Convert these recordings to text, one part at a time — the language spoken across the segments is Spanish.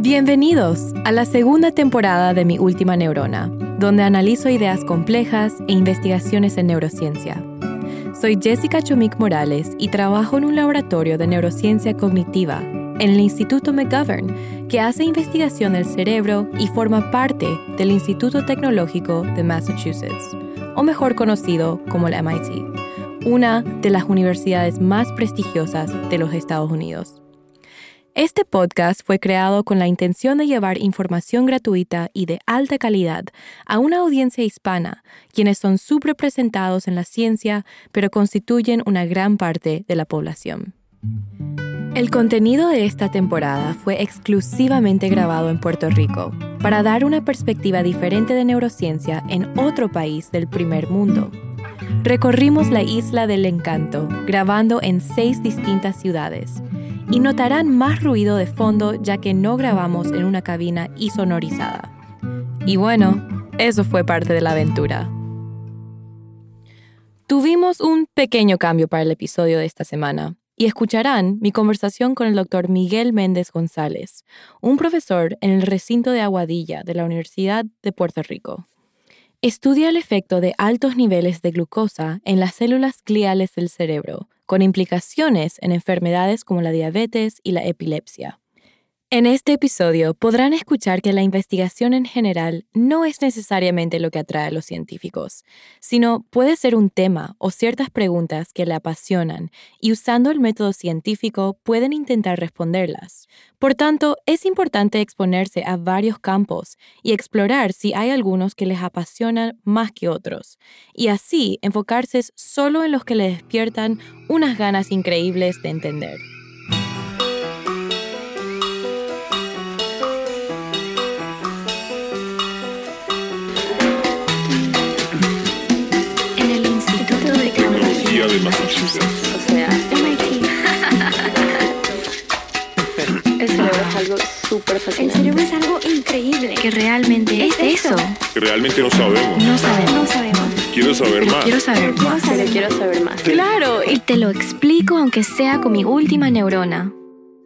Bienvenidos a la segunda temporada de Mi Última Neurona, donde analizo ideas complejas e investigaciones en neurociencia. Soy Jessica Chomik Morales y trabajo en un laboratorio de neurociencia cognitiva en el Instituto McGovern, que hace investigación del cerebro y forma parte del Instituto Tecnológico de Massachusetts, o mejor conocido como el MIT, una de las universidades más prestigiosas de los Estados Unidos. Este podcast fue creado con la intención de llevar información gratuita y de alta calidad a una audiencia hispana, quienes son subrepresentados en la ciencia, pero constituyen una gran parte de la población. El contenido de esta temporada fue exclusivamente grabado en Puerto Rico, para dar una perspectiva diferente de neurociencia en otro país del primer mundo. Recorrimos la Isla del Encanto, grabando en 6 distintas ciudades, y notarán más ruido de fondo ya que no grabamos en una cabina insonorizada. Y bueno, eso fue parte de la aventura. Tuvimos un pequeño cambio para el episodio de esta semana y escucharán mi conversación con el Dr. Miguel Méndez González, un profesor en el recinto de Aguadilla de la Universidad de Puerto Rico. Estudia el efecto de altos niveles de glucosa en las células gliales del cerebro, con implicaciones en enfermedades como la diabetes y la epilepsia. En este episodio podrán escuchar que la investigación en general no es necesariamente lo que atrae a los científicos, sino puede ser un tema o ciertas preguntas que le apasionan y usando el método científico pueden intentar responderlas. Por tanto, es importante exponerse a varios campos y explorar si hay algunos que les apasionan más que otros, y así enfocarse solo en los que les despiertan unas ganas increíbles de entender. De Massachusetts. O sea, MIT. El cerebro es algo súper fascinante. El cerebro es algo increíble. ¿Qué realmente es eso? Realmente no sabemos. No sabemos. Quiero saber más. Quiero saber más. Pero quiero saber más. Claro, y te lo explico aunque sea con mi última neurona.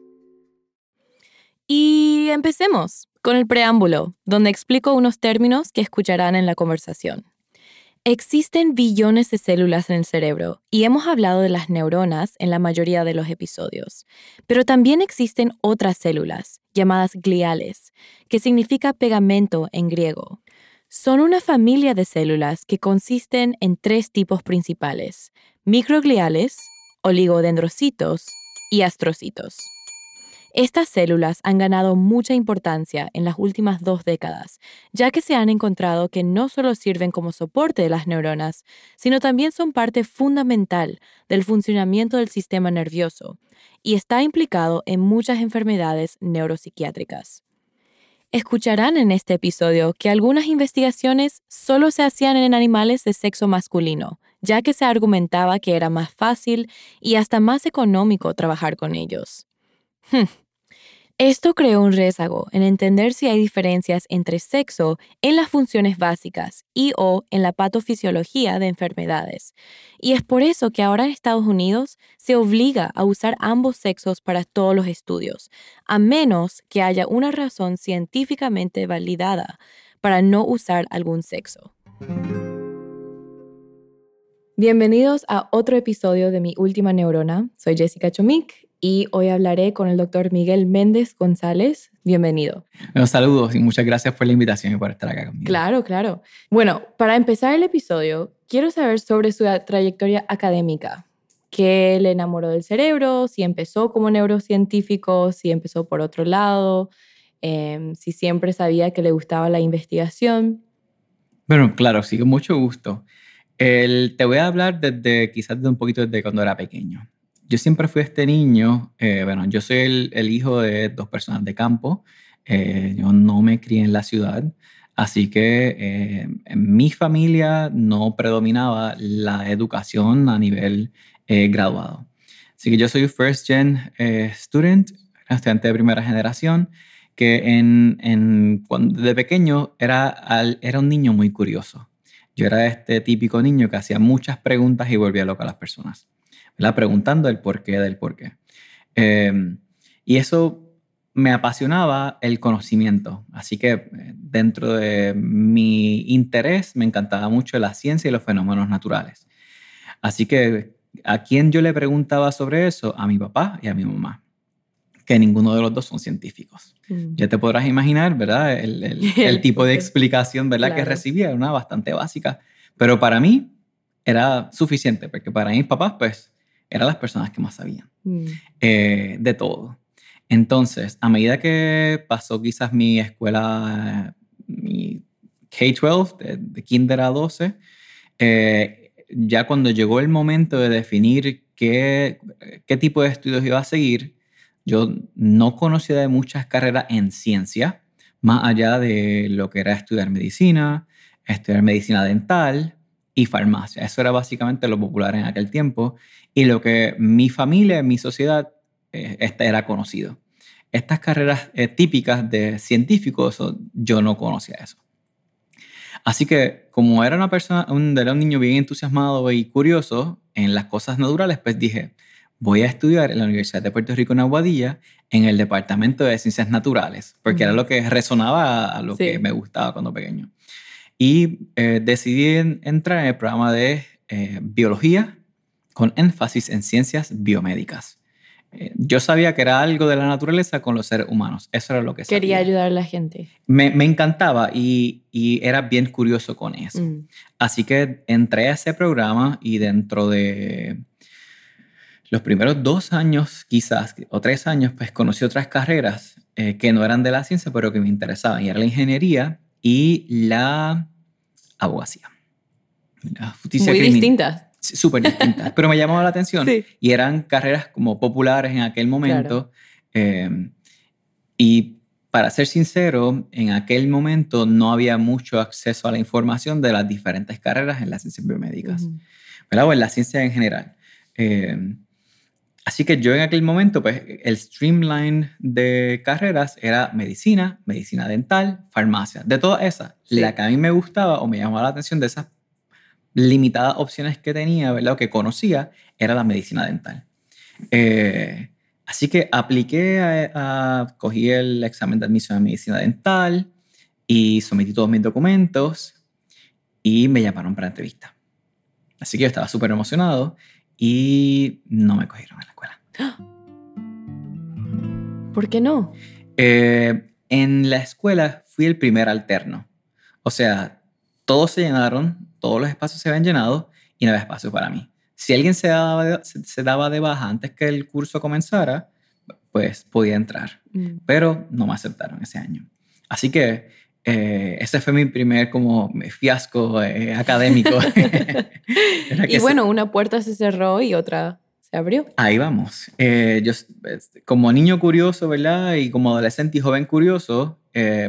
Y empecemos con el preámbulo, donde explico unos términos que escucharán en la conversación. Existen billones de células en el cerebro y hemos hablado de las neuronas en la mayoría de los episodios, pero también existen otras células, llamadas gliales, que significa pegamento en griego. Son una familia de células que consisten en 3 tipos principales: microgliales, oligodendrocitos y astrocitos. Estas células han ganado mucha importancia en las últimas 2 décadas, ya que se han encontrado que no solo sirven como soporte de las neuronas, sino también son parte fundamental del funcionamiento del sistema nervioso y está implicado en muchas enfermedades neuropsiquiátricas. Escucharán en este episodio que algunas investigaciones solo se hacían en animales de sexo masculino, ya que se argumentaba que era más fácil y hasta más económico trabajar con ellos. Esto creó un rezago en entender si hay diferencias entre sexo en las funciones básicas y/o en la patofisiología de enfermedades. Y es por eso que ahora en Estados Unidos se obliga a usar ambos sexos para todos los estudios, a menos que haya una razón científicamente validada para no usar algún sexo. Bienvenidos a otro episodio de Mi Última Neurona. Soy Jessica Chomik y hoy hablaré con el Dr. Miguel Méndez González. Bienvenido. Bueno, saludos y muchas gracias por la invitación y por estar acá conmigo. Claro. Bueno, para empezar el episodio, quiero saber sobre su trayectoria académica. ¿Qué le enamoró del cerebro? Si empezó como neurocientífico, si empezó por otro lado, si siempre sabía que le gustaba la investigación. Bueno, claro, sí, con mucho gusto. Te voy a hablar quizás de un poquito desde cuando era pequeño. Yo siempre fui este niño, yo soy el hijo de 2 personas de campo, yo no me crié en la ciudad, así que en mi familia no predominaba la educación a nivel graduado. Así que yo soy first gen student, estudiante de primera generación, que cuando de pequeño era un niño muy curioso. Yo era este típico niño que hacía muchas preguntas y volvía loco a las personas, ¿verdad? Preguntando el porqué del porqué. Y eso me apasionaba el conocimiento. Así que dentro de mi interés me encantaba mucho la ciencia y los fenómenos naturales. Así que ¿a quién yo le preguntaba sobre eso? A mi papá y a mi mamá, que ninguno de los dos son científicos. Ya te podrás imaginar, ¿verdad? El tipo de explicación, ¿verdad? Claro. Que recibía era una bastante básica. Pero para mí era suficiente, porque para mis papás, pues, eran las personas que más sabían de todo. Entonces, a medida que pasó quizás mi escuela, mi K-12, de kinder a 12, ya cuando llegó el momento de definir qué tipo de estudios iba a seguir, yo no conocía de muchas carreras en ciencia, más allá de lo que era estudiar medicina dental y farmacia. Eso era básicamente lo popular en aquel tiempo y lo que mi familia, mi sociedad, era conocido. Estas carreras típicas de científicos, yo no conocía eso. Así que como era era un niño bien entusiasmado y curioso en las cosas naturales, pues dije, voy a estudiar en la Universidad de Puerto Rico en Aguadilla en el Departamento de Ciencias Naturales, porque era lo que resonaba a lo que me gustaba cuando pequeño. Y decidí entrar en el programa de biología con énfasis en ciencias biomédicas. Yo sabía que era algo de la naturaleza con los seres humanos. Eso era lo que sabía. Quería ayudar a la gente. Me encantaba y era bien curioso con eso. Así que entré a ese programa y dentro de los primeros 2 años quizás, o 3 años, pues conocí otras carreras que no eran de la ciencia, pero que me interesaban. Y era la ingeniería y la abogacía. La justicia Muy criminal. distintas. Súper distintas, pero me llamaba la atención. Sí. Y eran carreras como populares en aquel momento. Claro. Y para ser sincero, en aquel momento no había mucho acceso a la información de las diferentes carreras en las ciencias biomédicas, ¿verdad? O en la ciencia en general. Así que yo en aquel momento, pues el streamline de carreras era medicina, medicina dental, farmacia. De todas esas, la que a mí me gustaba o me llamaba la atención de esas limitadas opciones que tenía, ¿verdad? O que conocía, era la medicina dental. Así que apliqué cogí el examen de admisión a medicina dental y sometí todos mis documentos y me llamaron para entrevista. Así que yo estaba súper emocionado y no me cogieron en la escuela. ¿Por qué no? En la escuela fui el primer alterno. O sea, todos se llenaron, todos los espacios se habían llenado y no había espacio para mí. Si alguien se daba de baja antes que el curso comenzara, pues podía entrar. Pero no me aceptaron ese año. Así que ese fue mi primer como fiasco académico. Y bueno, una puerta se cerró y otra se abrió. Ahí vamos. Yo, como niño curioso, ¿verdad? Y como adolescente y joven curioso,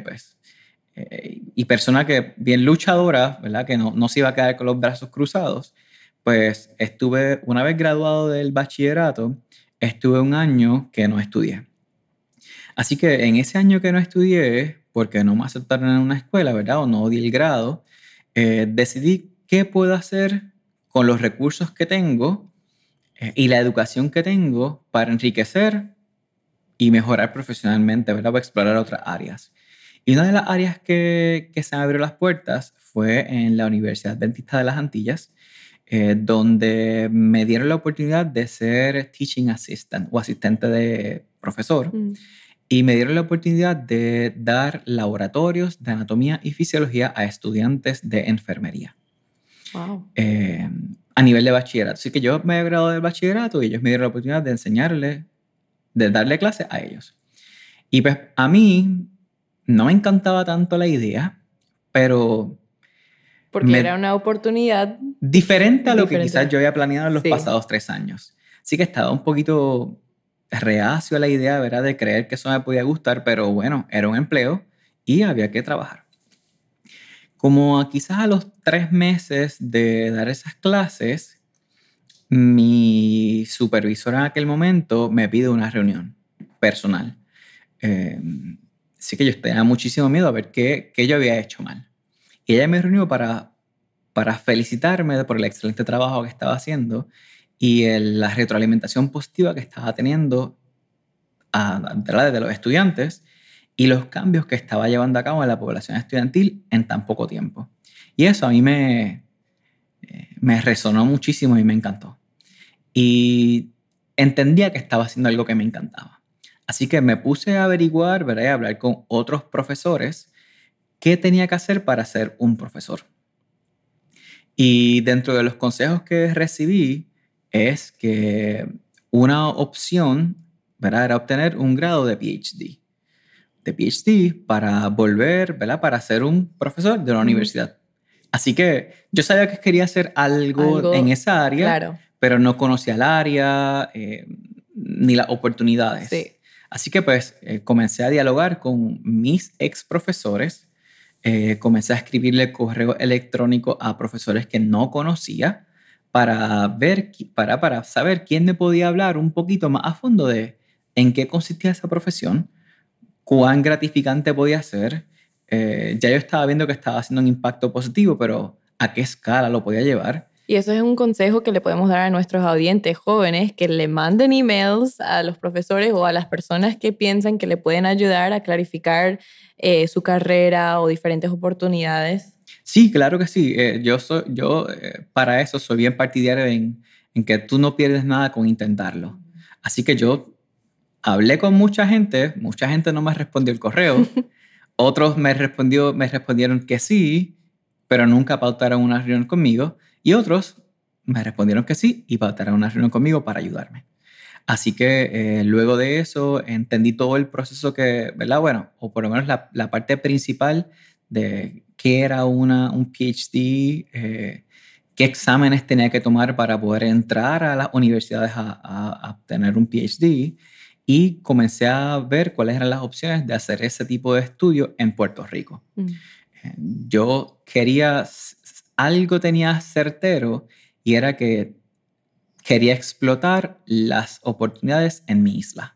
y persona que bien luchadora, ¿verdad? Que no se iba a quedar con los brazos cruzados, pues estuve, una vez graduado del bachillerato, estuve 1 año que no estudié. Así que en ese año que no estudié, porque no me aceptaron en una escuela, ¿verdad? O no di el grado, decidí qué puedo hacer con los recursos que tengo y la educación que tengo para enriquecer y mejorar profesionalmente, ¿verdad? Para explorar otras áreas. Y una de las áreas que se me abrió las puertas fue en la Universidad Adventista de las Antillas, donde me dieron la oportunidad de ser teaching assistant o asistente de profesor. Y me dieron la oportunidad de dar laboratorios de anatomía y fisiología a estudiantes de enfermería. Wow. A nivel de bachillerato. Así que yo me había graduado del bachillerato y ellos me dieron la oportunidad de enseñarle, de darle clases a ellos. Y pues a mí no me encantaba tanto la idea, pero... Porque era una oportunidad... Diferente a lo que quizás yo había planeado en los pasados 3 años. Así que estaba un poquito reacio a la idea, ¿verdad? De creer que eso me podía gustar, pero bueno, era un empleo y había que trabajar. Como quizás a los 3 meses de dar esas clases, mi supervisor en aquel momento me pide una reunión personal. Así que yo tenía muchísimo miedo a ver qué yo había hecho mal. Y ella me reunió para felicitarme por el excelente trabajo que estaba haciendo y la retroalimentación positiva que estaba teniendo de los estudiantes y los cambios que estaba llevando a cabo en la población estudiantil en tan poco tiempo. Y eso a mí me resonó muchísimo y me encantó. Y entendía que estaba haciendo algo que me encantaba. Así que me puse a averiguar, ¿verdad? Y a hablar con otros profesores qué tenía que hacer para ser un profesor. Y dentro de los consejos que recibí es que una opción, ¿verdad?, era obtener un grado de PhD. De PhD para volver, ¿verdad?, para ser un profesor de una universidad. Así que yo sabía que quería hacer algo en esa área, claro, pero no conocía el área ni las oportunidades. Sí. Así que pues comencé a dialogar con mis ex profesores. Comencé a escribirle correo electrónico a profesores que no conocía para saber quién me podía hablar un poquito más a fondo de en qué consistía esa profesión, cuán gratificante podía ser. Ya yo estaba viendo que estaba haciendo un impacto positivo, pero ¿a qué escala lo podía llevar? Y eso es un consejo que le podemos dar a nuestros audientes jóvenes, que le manden emails a los profesores o a las personas que piensan que le pueden ayudar a clarificar su carrera o diferentes oportunidades. Sí, claro que sí. Para eso soy bien partidario en que tú no pierdes nada con intentarlo. Así que yo hablé con mucha gente no me respondió el correo, otros me respondieron que sí, pero nunca pautaron una reunión conmigo, y otros me respondieron que sí y pautaron una reunión conmigo para ayudarme. Así que luego de eso entendí todo el proceso ¿verdad? Bueno, o por lo menos la parte principal de qué era un PhD, qué exámenes tenía que tomar para poder entrar a las universidades a obtener un PhD, y comencé a ver cuáles eran las opciones de hacer ese tipo de estudio en Puerto Rico. Yo algo tenía certero, y era que quería explotar las oportunidades en mi isla.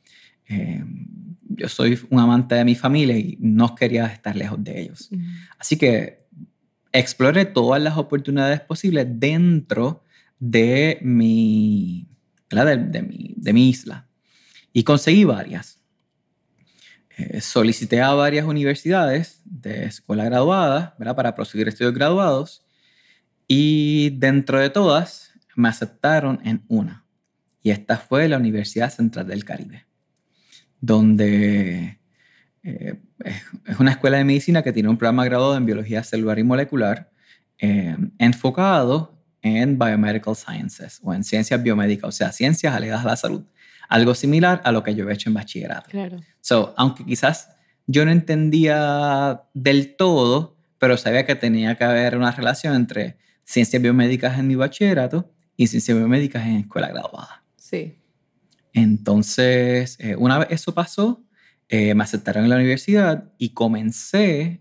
Yo soy un amante de mi familia y no quería estar lejos de ellos. Así que exploré todas las oportunidades posibles dentro de ¿verdad? de mi isla. Y conseguí varias. Solicité a varias universidades de escuela graduada, ¿verdad?, para proseguir estudios graduados. Y dentro de todas me aceptaron en una. Y esta fue la Universidad Central del Caribe, donde es una escuela de medicina que tiene un programa graduado en biología celular y molecular enfocado en biomedical sciences o en ciencias biomédicas, o sea, ciencias aledadas a la salud. Algo similar a lo que yo he hecho en bachillerato. Claro. Aunque quizás yo no entendía del todo, pero sabía que tenía que haber una relación entre ciencias biomédicas en mi bachillerato y ciencias biomédicas en escuela graduada. Sí. Entonces, una vez eso pasó, me aceptaron en la universidad y comencé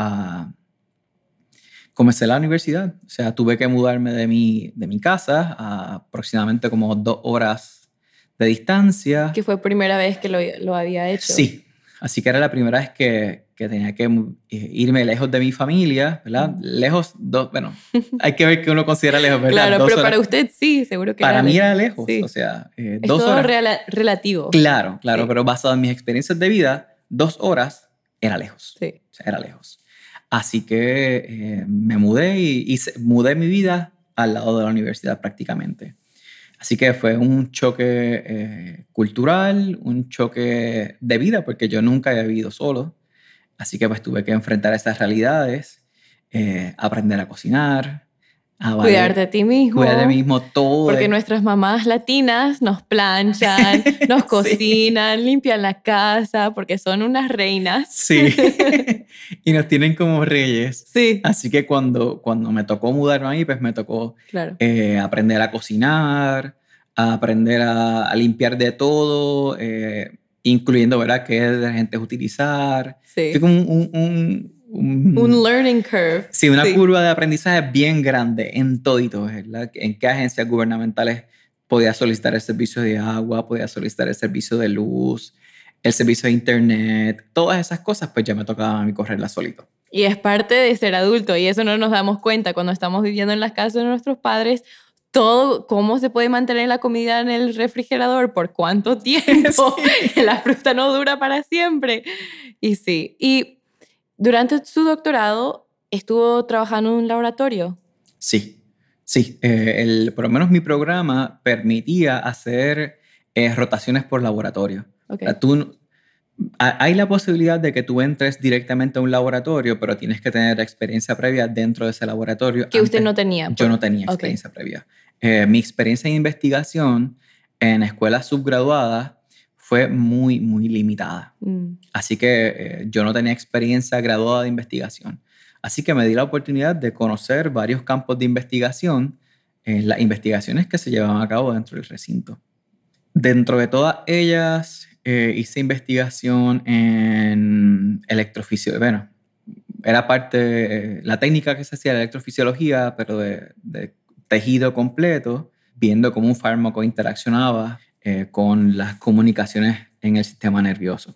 la universidad. O sea, tuve que mudarme de mi casa a aproximadamente como 2 horas de distancia. ¿Que fue primera vez que lo había hecho? Sí, así que era la primera vez que tenía que irme lejos de mi familia, ¿verdad? Lejos, bueno, hay que ver qué uno considera lejos, ¿verdad? Claro, pero para usted sí, seguro que para era mí lejos. era lejos, Sí. o sea, es 2 todo horas. relativo. Claro, Sí. pero basado en mis experiencias de vida, 2 horas era lejos. Sí. O sea, era lejos. Así que me mudé y mudé mi vida al lado de la universidad prácticamente. Así que fue un choque cultural, un choque de vida, porque yo nunca había vivido solo. Así que pues tuve que enfrentar esas realidades, aprender a cocinar, Cuidar de ti mismo. Cuidar de mí mismo todo. Porque nuestras mamás latinas nos planchan, nos cocinan, limpian la casa, porque son unas reinas. Sí, y nos tienen como reyes. Sí. Así que cuando me tocó mudarme ahí, pues me tocó aprender a cocinar, a aprender a limpiar de todo, incluyendo, ¿verdad?, qué detergentes utilizar. Sí. Fue como un learning curve. Sí, una curva de aprendizaje bien grande en todito, ¿verdad? En qué agencias gubernamentales podía solicitar el servicio de agua, podía solicitar el servicio de luz, el servicio de internet, todas esas cosas, pues ya me tocaba a mí correrlas solito. Y es parte de ser adulto, y eso no nos damos cuenta cuando estamos viviendo en las casas de nuestros padres. todo, cómo se puede mantener la comida en el refrigerador, por cuánto tiempo, que la fruta no dura para siempre. Y sí, y durante su doctorado estuvo trabajando en un laboratorio. Sí, sí. Por lo menos mi programa permitía hacer rotaciones por laboratorio. Ok. O sea, hay la posibilidad de que tú entres directamente a un laboratorio, pero tienes que tener experiencia previa dentro de ese laboratorio. Que usted no tenía. Yo no tenía experiencia previa. Mi experiencia en investigación en escuelas subgraduadas fue muy, muy limitada. Así que yo no tenía experiencia graduada de investigación. Así que me di la oportunidad de conocer varios campos de investigación, las investigaciones que se llevaban a cabo dentro del recinto. Dentro de todas ellas, hice investigación en electrofisiología. Bueno, era parte, la técnica que se hacía de electrofisiología, pero de tejido completo, viendo cómo un fármaco interaccionaba con las comunicaciones en el sistema nervioso.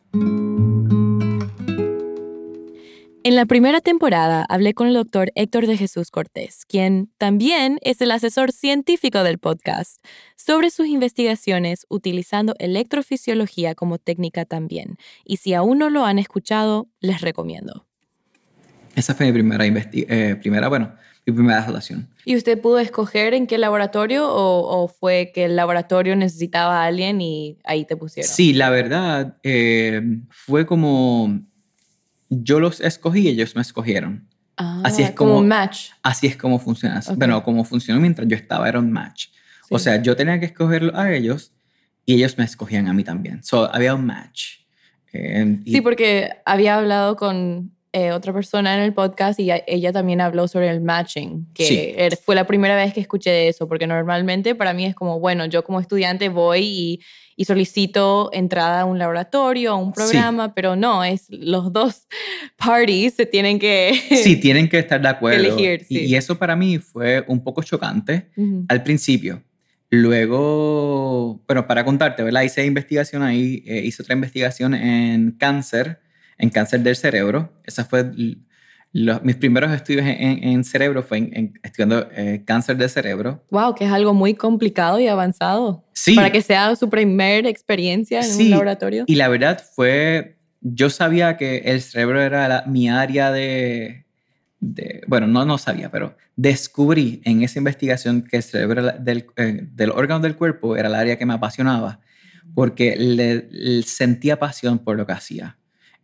En la primera temporada hablé con el doctor Héctor de Jesús Cortés, quien también es el asesor científico del podcast, sobre sus investigaciones utilizando electrofisiología como técnica también. Y si aún no lo han escuchado, les recomiendo. Esa fue mi primera rotación. ¿Y usted pudo escoger en qué laboratorio o fue que el laboratorio necesitaba a alguien y ahí te pusieron? Sí, la verdad fue como yo los escogí y ellos me escogieron. Así es como un match. Así es como funciona. Okay. Bueno, como funcionó mientras yo estaba era un match. Sí. O sea, yo tenía que escogerlo a ellos y ellos me escogían a mí también. Había un match. Sí, porque había hablado con otra persona en el podcast y ella también habló sobre el matching, que sí. Fue la primera vez que escuché de eso, porque normalmente para mí es como, bueno, yo como estudiante voy y solicito entrada a un laboratorio, a un programa, sí. Pero no, es los dos parties se tienen que... Sí, tienen que estar de acuerdo. Elegir, sí. Y eso para mí fue un poco chocante al principio. Luego, bueno, para contarte, ¿verdad? Hice investigación ahí, hice otra investigación en cáncer del cerebro. Esa fue mis primeros estudios en cerebro, fue estudiando cáncer del cerebro. Wow, que es algo muy complicado y avanzado. Sí. Para que sea su primera experiencia en un laboratorio. Y la verdad yo sabía que el cerebro era mi área bueno, no sabía, pero descubrí en esa investigación que el cerebro del órgano del cuerpo era el área que me apasionaba, porque sentía pasión por lo que hacía.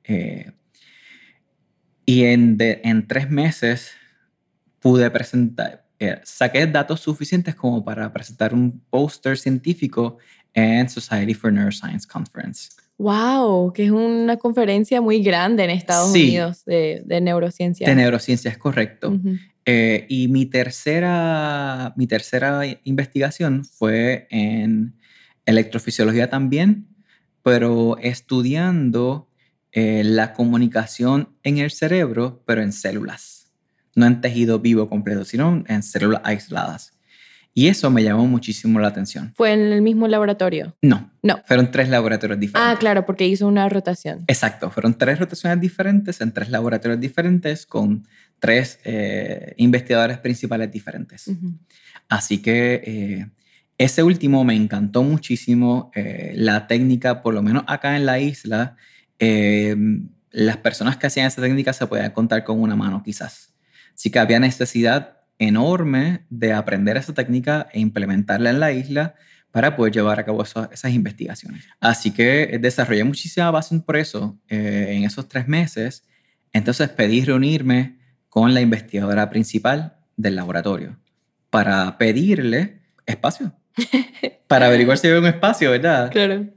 Y en 3 meses pude presentar, saqué datos suficientes como para presentar un póster científico en Society for Neuroscience Conference. ¡Wow! Que es una conferencia muy grande en Estados Unidos de neurociencia. De neurociencia, es correcto. Y mi tercera investigación fue en electrofisiología también, pero estudiando la comunicación en el cerebro, pero en células. No en tejido vivo completo, sino en células aisladas. Y eso me llamó muchísimo la atención. ¿Fue en el mismo laboratorio? No. Fueron 3 laboratorios diferentes. Ah, claro, porque hizo una rotación. Exacto. Fueron 3 rotaciones diferentes en 3 laboratorios diferentes con 3 investigadores principales diferentes. Así que ese último me encantó muchísimo. La técnica, por lo menos acá en la isla, las personas que hacían esa técnica se podían contar con una mano quizás. Así que había necesidad enorme de aprender esa técnica e implementarla en la isla para poder llevar a cabo esas investigaciones. Así que desarrollé muchísima pasión por eso en esos 3 meses. Entonces pedí reunirme con la investigadora principal del laboratorio para pedirle espacio, para averiguar si había un espacio, ¿verdad? Claro.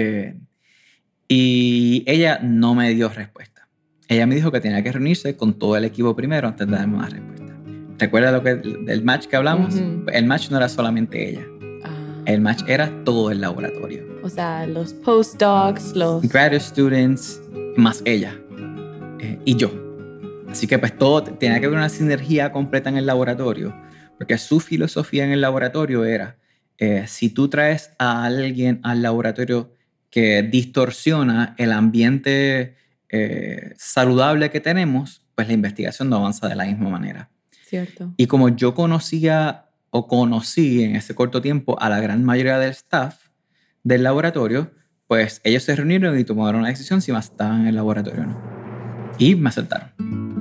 Y ella no me dio respuesta. Ella me dijo que tenía que reunirse con todo el equipo primero antes de darme una respuesta. ¿Recuerda del match que hablamos? El match no era solamente ella. El match era todo el laboratorio. O sea, los postdocs, los... graduate students, más ella. Y yo. Así que pues todo tenía que haber una sinergia completa en el laboratorio. Porque su filosofía en el laboratorio era, si tú traes a alguien al laboratorio que distorsiona el ambiente saludable que tenemos, pues la investigación no avanza de la misma manera. Cierto. Y como yo conocía o conocí en ese corto tiempo a la gran mayoría del staff del laboratorio, pues ellos se reunieron y tomaron una decisión si me aceptaban en el laboratorio o no. Y me aceptaron.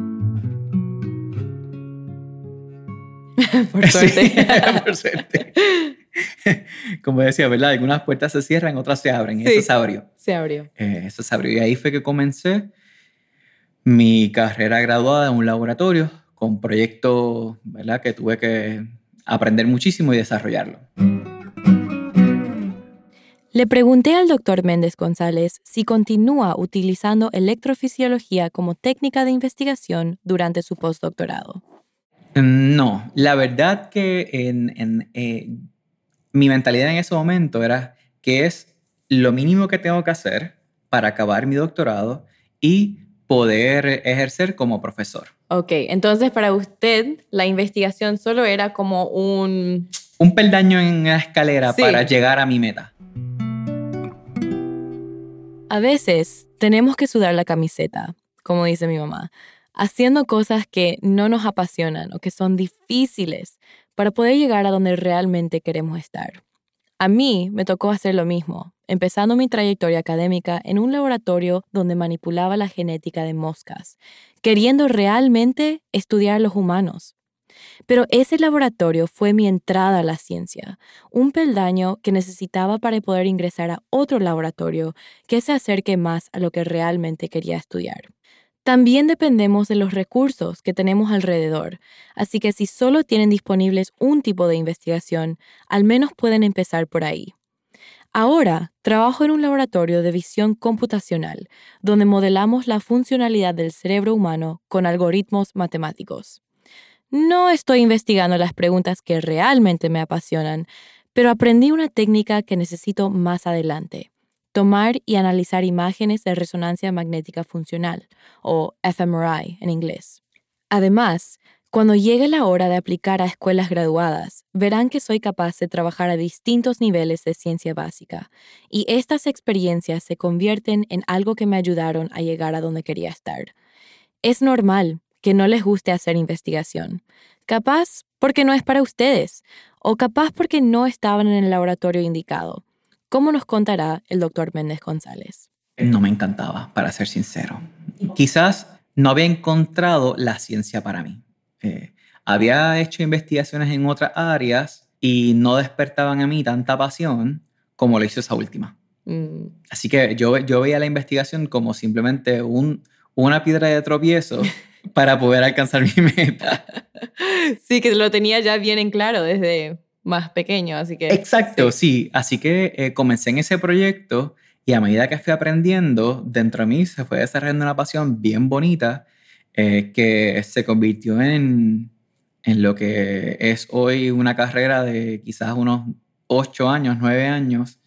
Por suerte. Sí, por suerte. Como decía, ¿verdad? Algunas puertas se cierran, otras se abren. Y Sí. eso se abrió. Se abrió. Eso se abrió. Y ahí fue que comencé mi carrera graduada en un laboratorio con proyectos, ¿verdad? Que tuve que aprender muchísimo y desarrollarlo. Le pregunté al Dr. Méndez González si continúa utilizando electrofisiología como técnica de investigación durante su postdoctorado. No, la verdad que mi mentalidad en ese momento era que es lo mínimo que tengo que hacer para acabar mi doctorado y poder ejercer como profesor. Ok, entonces para usted la investigación solo era como un peldaño en la escalera Sí. para llegar a mi meta. A veces tenemos que sudar la camiseta, como dice mi mamá, haciendo cosas que no nos apasionan o que son difíciles para poder llegar a donde realmente queremos estar. A mí me tocó hacer lo mismo, empezando mi trayectoria académica en un laboratorio donde manipulaba la genética de moscas, queriendo realmente estudiar a los humanos. Pero ese laboratorio fue mi entrada a la ciencia, un peldaño que necesitaba para poder ingresar a otro laboratorio que se acerque más a lo que realmente quería estudiar. También dependemos de los recursos que tenemos alrededor, así que si solo tienen disponibles un tipo de investigación, al menos pueden empezar por ahí. Ahora trabajo en un laboratorio de visión computacional, donde modelamos la funcionalidad del cerebro humano con algoritmos matemáticos. No estoy investigando las preguntas que realmente me apasionan, pero aprendí una técnica que necesito más adelante: tomar y analizar imágenes de resonancia magnética funcional, o fMRI en inglés. Además, cuando llegue la hora de aplicar a escuelas graduadas, verán que soy capaz de trabajar a distintos niveles de ciencia básica, y estas experiencias se convierten en algo que me ayudaron a llegar a donde quería estar. Es normal que no les guste hacer investigación, capaz porque no es para ustedes, o capaz porque no estaban en el laboratorio indicado, como nos contará el Dr. Méndez González. No me encantaba, para ser sincero. Quizás no había encontrado la ciencia para mí. Había hecho investigaciones en otras áreas y no despertaban en mí tanta pasión como lo hizo esa última. Así que yo veía la investigación como simplemente una piedra de tropiezo para poder alcanzar mi meta. Sí, que lo tenía ya bien en claro desde más pequeño, así que... Exacto, sí. Así que comencé en ese proyecto y a medida que fui aprendiendo, dentro de mí se fue desarrollando una pasión bien bonita que se convirtió en lo que es hoy una carrera de quizás unos 8 años, 9 años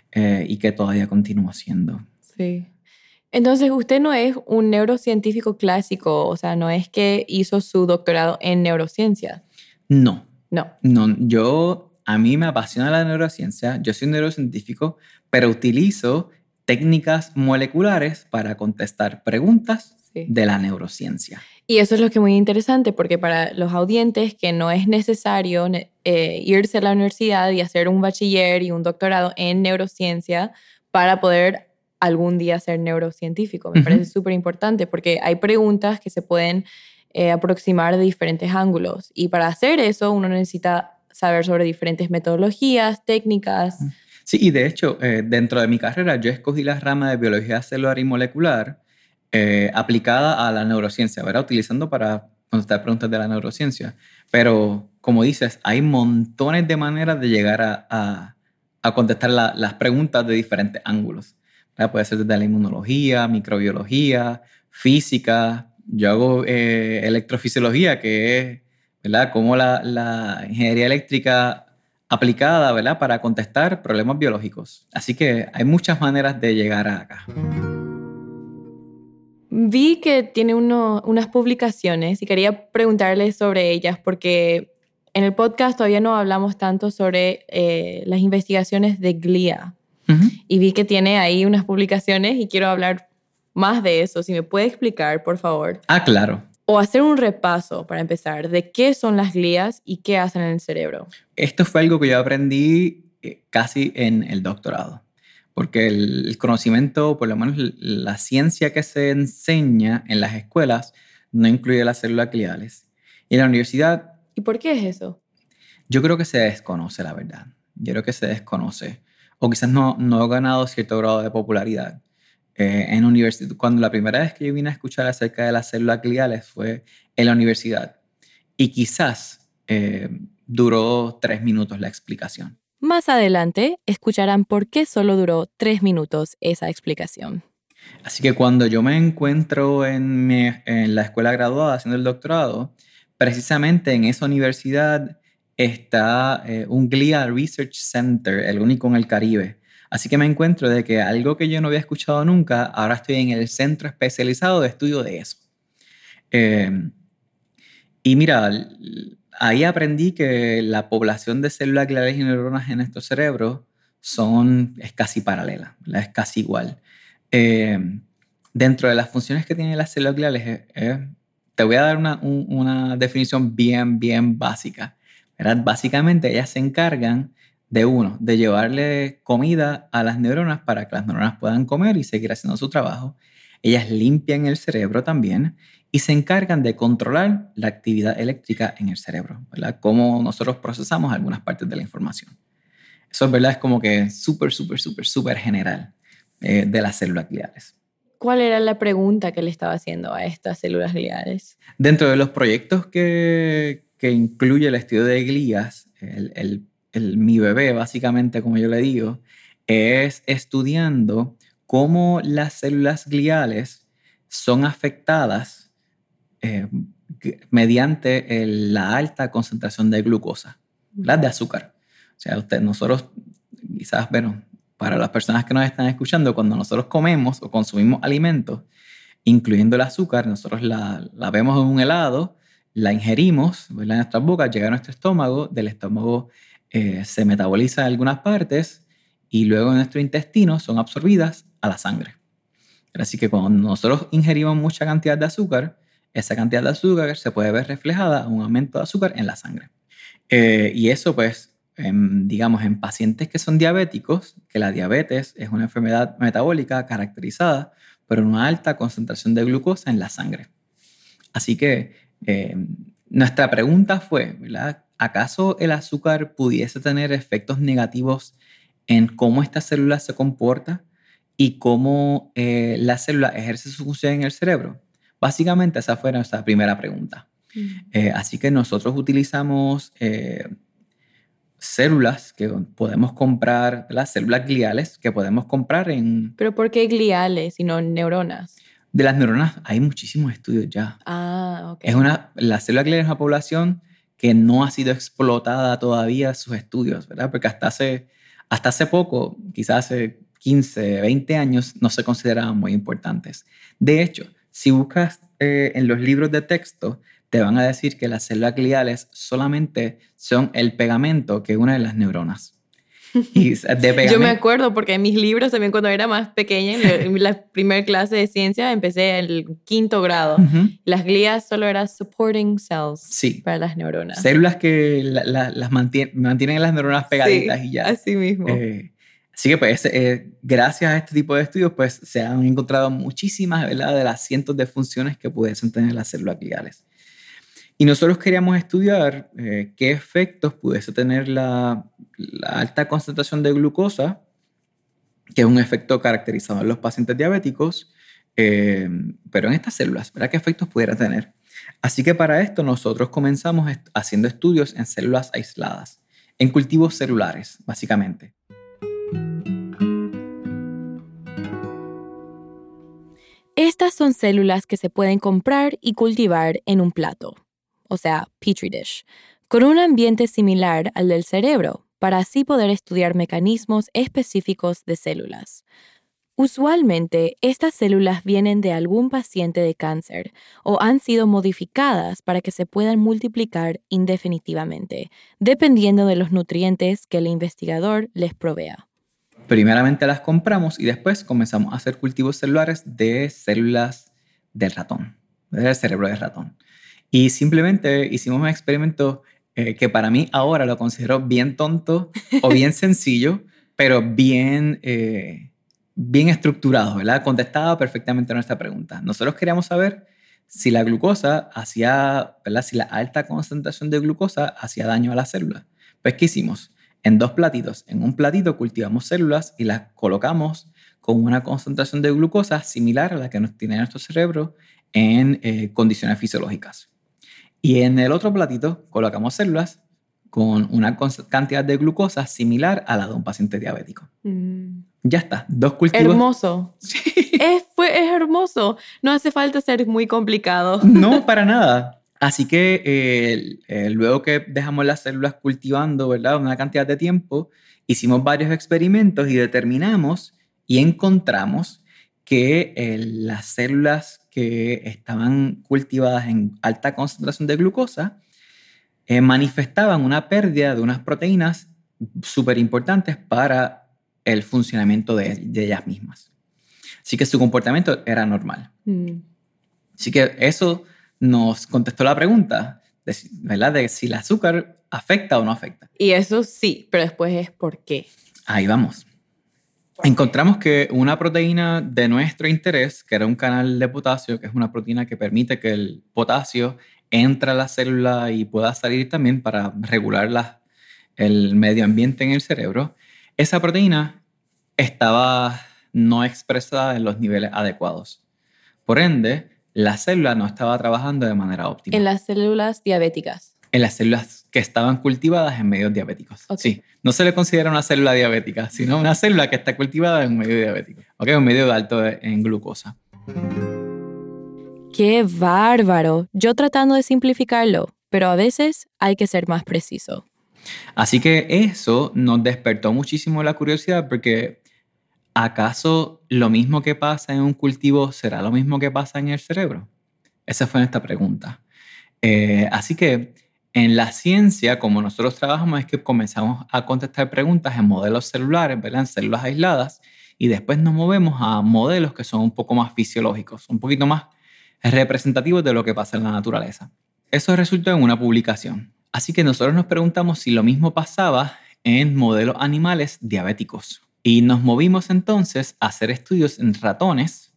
y que todavía continúo haciendo. Sí. Entonces, usted no es un neurocientífico clásico, o sea, no es que hizo su doctorado en neurociencia. No. No. A mí me apasiona la neurociencia, yo soy un neurocientífico, pero utilizo técnicas moleculares para contestar preguntas de la neurociencia. Y eso es lo que es muy interesante, porque para los audientes que no es necesario irse a la universidad y hacer un bachiller y un doctorado en neurociencia para poder algún día ser neurocientífico. Me parece súper importante porque hay preguntas que se pueden aproximar de diferentes ángulos. Y para hacer eso uno necesita saber sobre diferentes metodologías, técnicas. Sí, y de hecho, dentro de mi carrera yo escogí la rama de biología celular y molecular aplicada a la neurociencia, ¿verdad? Utilizando para contestar preguntas de la neurociencia. Pero, como dices, hay montones de maneras de llegar a contestar las preguntas de diferentes ángulos, ¿verdad? Puede ser desde la inmunología, microbiología, física. Yo hago electrofisiología, que es, ¿verdad?, cómo la ingeniería eléctrica aplicada, ¿verdad?, para contestar problemas biológicos. Así que hay muchas maneras de llegar acá. Vi que tiene unas publicaciones y quería preguntarle sobre ellas porque en el podcast todavía no hablamos tanto sobre las investigaciones de GLIA. Y vi que tiene ahí unas publicaciones y quiero hablar más de eso. Si me puede explicar, por favor. Claro. O hacer un repaso, para empezar, de qué son las glías y qué hacen en el cerebro. Esto fue algo que yo aprendí casi en el doctorado, porque el conocimiento, por lo menos la ciencia que se enseña en las escuelas, no incluye las células gliales. Y en la universidad, ¿Y por qué es eso? yo creo que se desconoce, la verdad. Yo creo que se desconoce. O quizás no ha ganado cierto grado de popularidad. En universidad, cuando la primera vez que yo vine a escuchar acerca de las células gliales fue en la universidad. Y quizás duró 3 minutos la explicación. Más adelante escucharán por qué solo duró 3 minutos esa explicación. Así que cuando yo me encuentro en la escuela graduada haciendo el doctorado, precisamente en esa universidad está un Glia Research Center, el único en el Caribe. Así que me encuentro de que algo que yo no había escuchado nunca, ahora estoy en el centro especializado de estudio de eso. Y mira, ahí aprendí que la población de células gliales y neuronas en nuestro cerebro es casi paralela, ¿verdad? Es casi igual. Dentro de las funciones que tienen las células gliales, te voy a dar una definición bien básica, ¿verdad? Básicamente ellas se encargan de llevarle comida a las neuronas para que las neuronas puedan comer y seguir haciendo su trabajo. Ellas limpian el cerebro también y se encargan de controlar la actividad eléctrica en el cerebro, ¿verdad? Cómo nosotros procesamos algunas partes de la información. Eso, ¿verdad? Es como que súper general de las células gliales. ¿Cuál era la pregunta que le estaba haciendo a estas células gliales? Dentro de los proyectos que incluye el estudio de glías, mi bebé, básicamente, como yo le digo, es estudiando cómo las células gliales son afectadas mediante la alta concentración de glucosa, ¿verdad? De azúcar. O sea, nosotros, quizás, bueno, para las personas que nos están escuchando, cuando nosotros comemos o consumimos alimentos, incluyendo el azúcar, nosotros la vemos en un helado, la ingerimos, ¿verdad? En nuestras bocas, llega a nuestro estómago, del estómago se metaboliza en algunas partes y luego en nuestro intestino son absorbidas a la sangre. Así que cuando nosotros ingerimos mucha cantidad de azúcar, esa cantidad de azúcar se puede ver reflejada en un aumento de azúcar en la sangre. Y eso, pues, digamos, en pacientes que son diabéticos, que la diabetes es una enfermedad metabólica caracterizada por una alta concentración de glucosa en la sangre. Así que nuestra pregunta fue, ¿verdad? ¿Acaso el azúcar pudiese tener efectos negativos en cómo esta célula se comporta y cómo la célula ejerce su función en el cerebro? Básicamente esa fue nuestra primera pregunta. Así que nosotros utilizamos células que podemos comprar, las células gliales que podemos comprar en... ¿Pero por qué gliales y no neuronas? De las neuronas hay muchísimos estudios ya. Ah, ok. La célula glial es una población que no ha sido explotada todavía sus estudios, ¿verdad? Porque hasta hace poco, quizás hace 15, 20 años, no se consideraban muy importantes. De hecho, si buscas en los libros de texto, te van a decir que las células gliales solamente son el pegamento que une las neuronas. Y Yo me acuerdo porque en mis libros también cuando era más pequeña, en la primera clase de ciencia, empecé en el 5º grado. Las glías solo eran supporting cells para las neuronas. Células que las mantienen las neuronas pegaditas y ya. Así mismo. Así que pues, gracias a este tipo de estudios pues, se han encontrado muchísimas, ¿verdad?, de las cientos de funciones que pudiesen tener las células gliales. Y nosotros queríamos estudiar qué efectos pudiese tener la alta concentración de glucosa, que es un efecto caracterizado en los pacientes diabéticos, pero en estas células, ¿verdad? ¿Qué efectos pudiera tener? Así que para esto nosotros comenzamos haciendo estudios en células aisladas, en cultivos celulares, básicamente. Estas son células que se pueden comprar y cultivar en un plato, o sea, petri dish, con un ambiente similar al del cerebro, para así poder estudiar mecanismos específicos de células. Usualmente, estas células vienen de algún paciente de cáncer o han sido modificadas para que se puedan multiplicar indefinitivamente, dependiendo de los nutrientes que el investigador les provea. Primeramente las compramos y después comenzamos a hacer cultivos celulares de células del ratón. Era el cerebro de ratón. Y simplemente hicimos un experimento que para mí ahora lo considero bien tonto o bien sencillo, pero bien estructurado, ¿verdad? Contestaba perfectamente nuestra pregunta. Nosotros queríamos saber si la glucosa hacía, ¿verdad? Si la alta concentración de glucosa hacía daño a las células. Pues, ¿qué hicimos? En 2 platitos. En un platito cultivamos células y las colocamos con una concentración de glucosa similar a la que nos tiene nuestro cerebro en condiciones fisiológicas. Y en el otro platito colocamos células con una cantidad de glucosa similar a la de un paciente diabético. Ya está, 2 cultivos. Hermoso. Sí. Es hermoso. No hace falta ser muy complicado. No, para nada. Así que luego que dejamos las células cultivando, ¿verdad? Una cantidad de tiempo, hicimos varios experimentos y determinamos y encontramos que las células que estaban cultivadas en alta concentración de glucosa manifestaban una pérdida de unas proteínas súper importantes para el funcionamiento de ellas mismas. Así que su comportamiento era normal. Así que eso nos contestó la pregunta, ¿verdad? De si el azúcar afecta o no afecta. Y eso sí, pero después es ¿por qué? Ahí vamos. Encontramos que una proteína de nuestro interés, que era un canal de potasio, que es una proteína que permite que el potasio entre a la célula y pueda salir también para regular el medio ambiente en el cerebro, esa proteína estaba no expresada en los niveles adecuados. Por ende, la célula no estaba trabajando de manera óptima. En las células diabéticas. En las células que estaban cultivadas en medios diabéticos. Okay. Sí, no se le considera una célula diabética, sino una célula que está cultivada en un medio diabético. Okay, un medio alto en glucosa. ¡Qué bárbaro! Yo tratando de simplificarlo, pero a veces hay que ser más preciso. Así que eso nos despertó muchísimo la curiosidad porque ¿acaso lo mismo que pasa en un cultivo será lo mismo que pasa en el cerebro? Esa fue nuestra pregunta. Así que en la ciencia, como nosotros trabajamos, es que comenzamos a contestar preguntas en modelos celulares, ¿verdad? En células aisladas, y después nos movemos a modelos que son un poco más fisiológicos, un poquito más representativos de lo que pasa en la naturaleza. Eso resultó en una publicación. Así que nosotros nos preguntamos si lo mismo pasaba en modelos animales diabéticos. Y nos movimos entonces a hacer estudios en ratones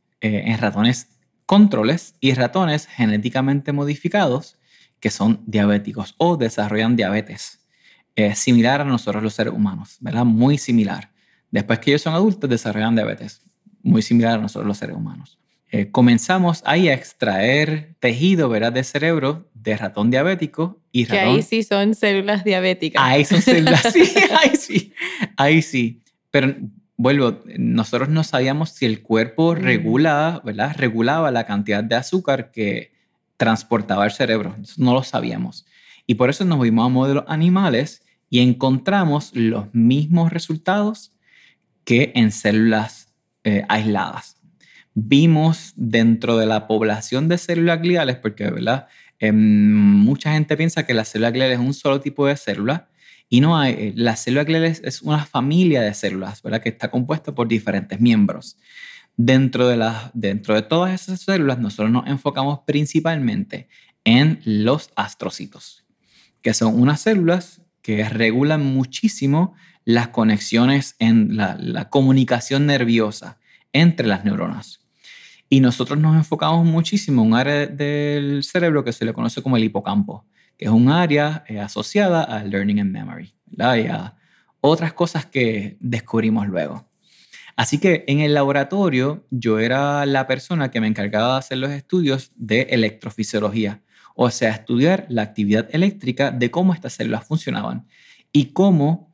controles y ratones genéticamente modificados que son diabéticos o desarrollan diabetes. Similar a nosotros los seres humanos, ¿verdad? Muy similar. Después que ellos son adultos, desarrollan diabetes. Muy similar a nosotros los seres humanos. Comenzamos ahí a extraer tejido, ¿verdad? De cerebro de ratón diabético y ratón... Que ahí sí son células diabéticas. Ahí son células, sí, ahí sí. Pero vuelvo, nosotros no sabíamos si el cuerpo regulaba la cantidad de azúcar que transportaba el cerebro. No lo sabíamos. Y por eso nos fuimos a modelos animales y encontramos los mismos resultados que en células aisladas. Vimos dentro de la población de células gliales, porque ¿verdad? Mucha gente piensa que la célula glial es un solo tipo de célula, y no hay. La célula glial es una familia de células, ¿verdad? Que está compuesta por diferentes miembros. Dentro de todas esas células, nosotros nos enfocamos principalmente en los astrocitos, que son unas células que regulan muchísimo las conexiones en la comunicación nerviosa entre las neuronas. Y nosotros nos enfocamos muchísimo en un área del cerebro que se le conoce como el hipocampo, que es un área asociada al learning and memory, ¿verdad? Y a otras cosas que descubrimos luego. Así que en el laboratorio yo era la persona que me encargaba de hacer los estudios de electrofisiología, o sea, estudiar la actividad eléctrica de cómo estas células funcionaban y cómo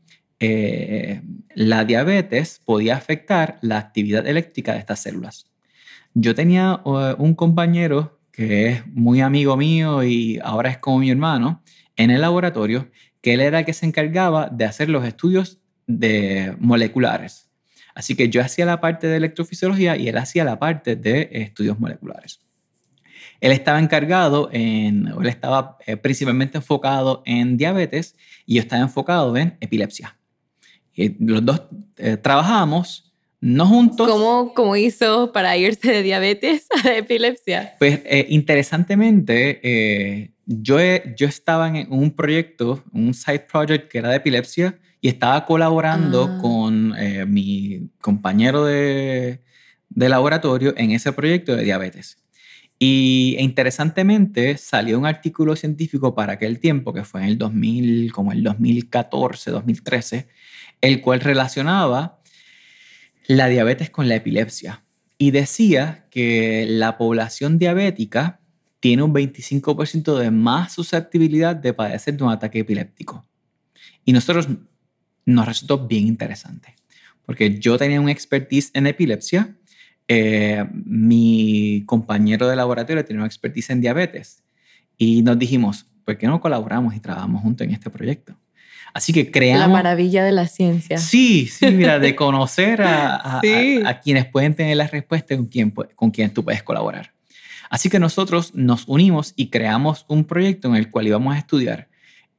la diabetes podía afectar la actividad eléctrica de estas células. Yo tenía un compañero que es muy amigo mío y ahora es como mi hermano en el laboratorio, que él era el que se encargaba de hacer los estudios moleculares. Así que yo hacía la parte de electrofisiología y él hacía la parte de estudios moleculares. Él estaba principalmente enfocado en diabetes y yo estaba enfocado en epilepsia. Y los dos trabajábamos No juntos. ¿Cómo hizo para irse de diabetes a epilepsia? Pues interesantemente, yo estaba en un proyecto, un side project que era de epilepsia y estaba colaborando con mi compañero de laboratorio en ese proyecto de diabetes. Y interesantemente salió un artículo científico para aquel tiempo, que fue en el 2000, como el 2014, 2013, el cual relacionaba la diabetes con la epilepsia. Y decía que la población diabética tiene un 25% de más susceptibilidad de padecer de un ataque epiléptico. Y nosotros nos resultó bien interesante, porque yo tenía un expertise en epilepsia, mi compañero de laboratorio tenía una expertise en diabetes, y nos dijimos, ¿por qué no colaboramos y trabajamos juntos en este proyecto? Así que creamos... La maravilla de la ciencia. Sí, mira, de conocer a quienes pueden tener la respuesta con quien tú puedes colaborar. Así que nosotros nos unimos y creamos un proyecto en el cual íbamos a estudiar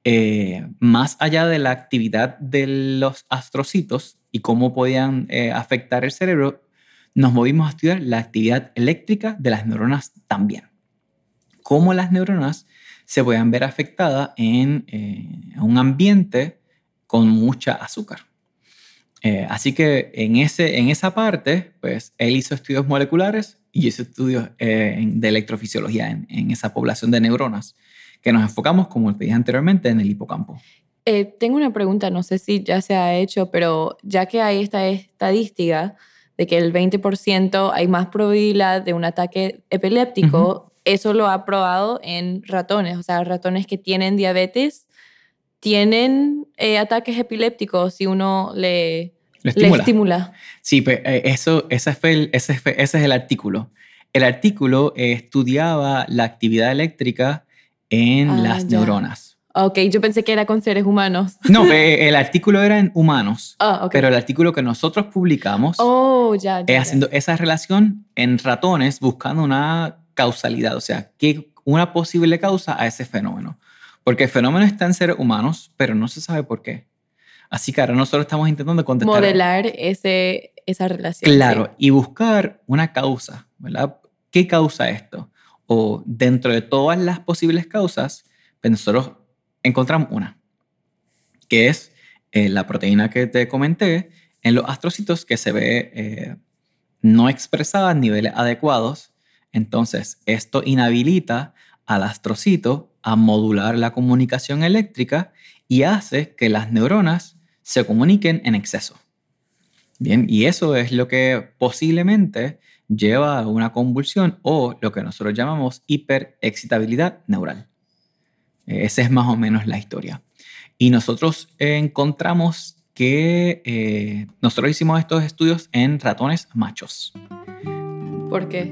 más allá de la actividad de los astrocitos y cómo podían afectar el cerebro, nos movimos a estudiar la actividad eléctrica de las neuronas también. Cómo las neuronas se pueden ver afectadas en un ambiente con mucha azúcar. Así que en esa parte, pues él hizo estudios moleculares y yo hice estudios de electrofisiología en esa población de neuronas, que nos enfocamos, como te dije anteriormente, en el hipocampo. Tengo una pregunta, no sé si ya se ha hecho, pero ya que hay esta estadística de que el 20% hay más probabilidad de un ataque epiléptico, eso lo ha probado en ratones, o sea, ratones que tienen diabetes tienen ataques epilépticos si uno le estimula. Sí, pues ese es el artículo. El artículo estudiaba la actividad eléctrica en las neuronas. Ok, yo pensé que era con seres humanos. No, el artículo era en humanos, okay. Pero el artículo que nosotros publicamos es haciendo esa relación en ratones buscando una causalidad, o sea, una posible causa a ese fenómeno. Porque el fenómeno está en seres humanos, pero no se sabe por qué. Así que ahora nosotros estamos intentando contestar... Modelar esa relación. Claro, sí. Y buscar una causa, ¿verdad? ¿Qué causa esto? O dentro de todas las posibles causas, pues nosotros encontramos una, que es la proteína que te comenté en los astrocitos que se ve no expresada a niveles adecuados. Entonces, esto inhabilita al astrocito a modular la comunicación eléctrica y hace que las neuronas se comuniquen en exceso. Bien, y eso es lo que posiblemente lleva a una convulsión o lo que nosotros llamamos hiperexcitabilidad neural. Esa es más o menos la historia. Y nosotros encontramos que nosotros hicimos estos estudios en ratones machos. ¿Por qué?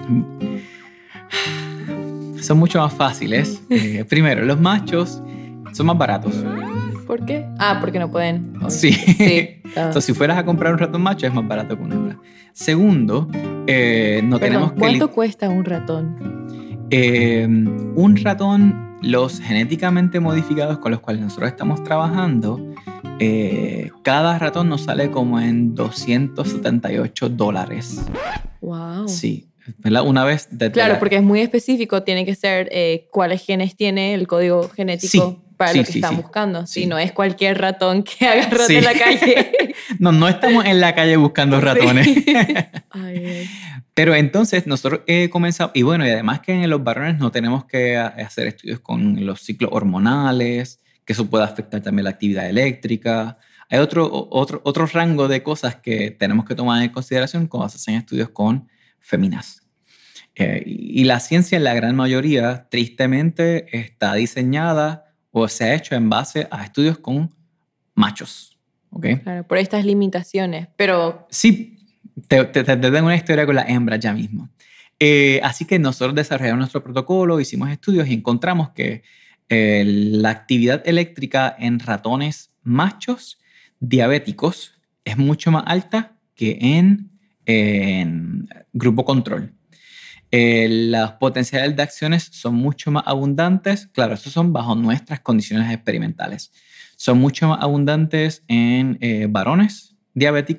Son mucho más fáciles. Primero, los machos son más baratos. ¿Por qué? Porque no pueden. Sí. Entonces, si fueras a comprar un ratón macho, es más barato que una hembra. Segundo, tenemos que... ¿Cuánto cuesta un ratón? Un ratón, los genéticamente modificados con los cuales nosotros estamos trabajando, cada ratón nos sale como en $278. Wow. Sí. ¿Verdad? Una vez... Claro, porque es muy específico, tiene que ser cuáles genes tiene el código genético para lo que están buscando. Sí, no es cualquier ratón que agarras en la calle. No estamos en la calle buscando ratones. Ay. Pero entonces nosotros comenzamos, y bueno, y además que en los varones no tenemos que hacer estudios con los ciclos hormonales, que eso puede afectar también la actividad eléctrica. Hay otro rango de cosas que tenemos que tomar en consideración cuando se hacen estudios con féminas. Y la ciencia en la gran mayoría, tristemente, está diseñada o se ha hecho en base a estudios con machos. ¿Okay? Claro, por estas limitaciones, pero... Sí, te tengo una historia con la hembra ya mismo. Así que nosotros desarrollamos nuestro protocolo, hicimos estudios y encontramos que la actividad eléctrica en ratones machos diabéticos es mucho más alta que en grupo control. Las potencialidades de acciones son mucho más abundantes. Claro, estos son bajo nuestras condiciones experimentales. Son mucho más abundantes en varones diabéticos